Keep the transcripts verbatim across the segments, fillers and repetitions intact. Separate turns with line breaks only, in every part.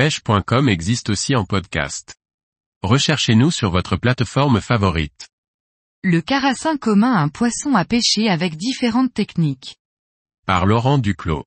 pêche point com existe aussi en podcast. Recherchez-nous sur votre plateforme favorite.
Le carassin commun, un poisson à pêcher avec différentes techniques.
Par Laurent Duclos.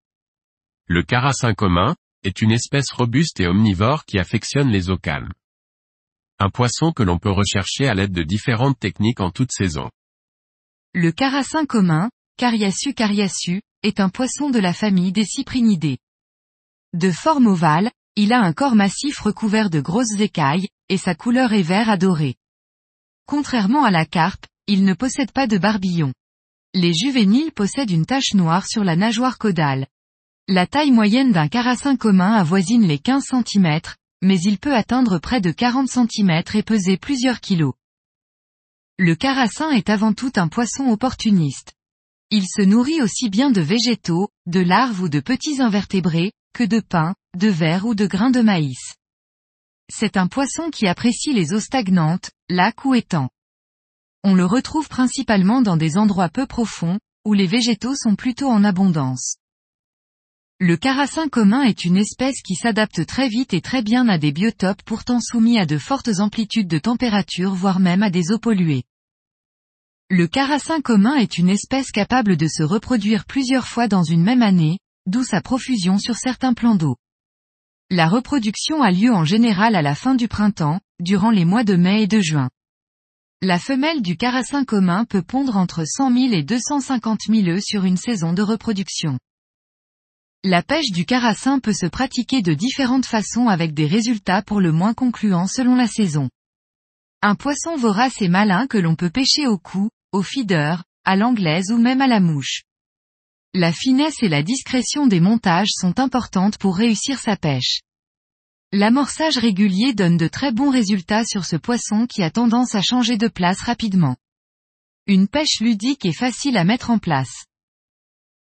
Le carassin commun est une espèce robuste et omnivore qui affectionne les eaux calmes. Un poisson que l'on peut rechercher à l'aide de différentes techniques en toute saison.
Le carassin commun, Cariasus cariasus, est un poisson de la famille des cyprinidés. De forme ovale, il a un corps massif recouvert de grosses écailles, et sa couleur est vert adoré. Contrairement à la carpe, il ne possède pas de barbillon. Les juvéniles possèdent une tache noire sur la nageoire caudale. La taille moyenne d'un carassin commun avoisine les quinze centimètres, mais il peut atteindre près de quarante centimètres et peser plusieurs kilos. Le carassin est avant tout un poisson opportuniste. Il se nourrit aussi bien de végétaux, de larves ou de petits invertébrés, que de pain, de vers ou de grains de maïs. C'est un poisson qui apprécie les eaux stagnantes, lacs ou étangs. On le retrouve principalement dans des endroits peu profonds, où les végétaux sont plutôt en abondance. Le carassin commun est une espèce qui s'adapte très vite et très bien à des biotopes pourtant soumis à de fortes amplitudes de température voire même à des eaux polluées. Le carassin commun est une espèce capable de se reproduire plusieurs fois dans une même année, d'où sa profusion sur certains plans d'eau. La reproduction a lieu en général à la fin du printemps, durant les mois de mai et de juin. La femelle du carassin commun peut pondre entre cent mille et deux cent cinquante mille œufs sur une saison de reproduction. La pêche du carassin peut se pratiquer de différentes façons avec des résultats pour le moins concluants selon la saison. Un poisson vorace et malin que l'on peut pêcher au cou, au feeder, à l'anglaise ou même à la mouche. La finesse et la discrétion des montages sont importantes pour réussir sa pêche. L'amorçage régulier donne de très bons résultats sur ce poisson qui a tendance à changer de place rapidement. Une pêche ludique et facile à mettre en place.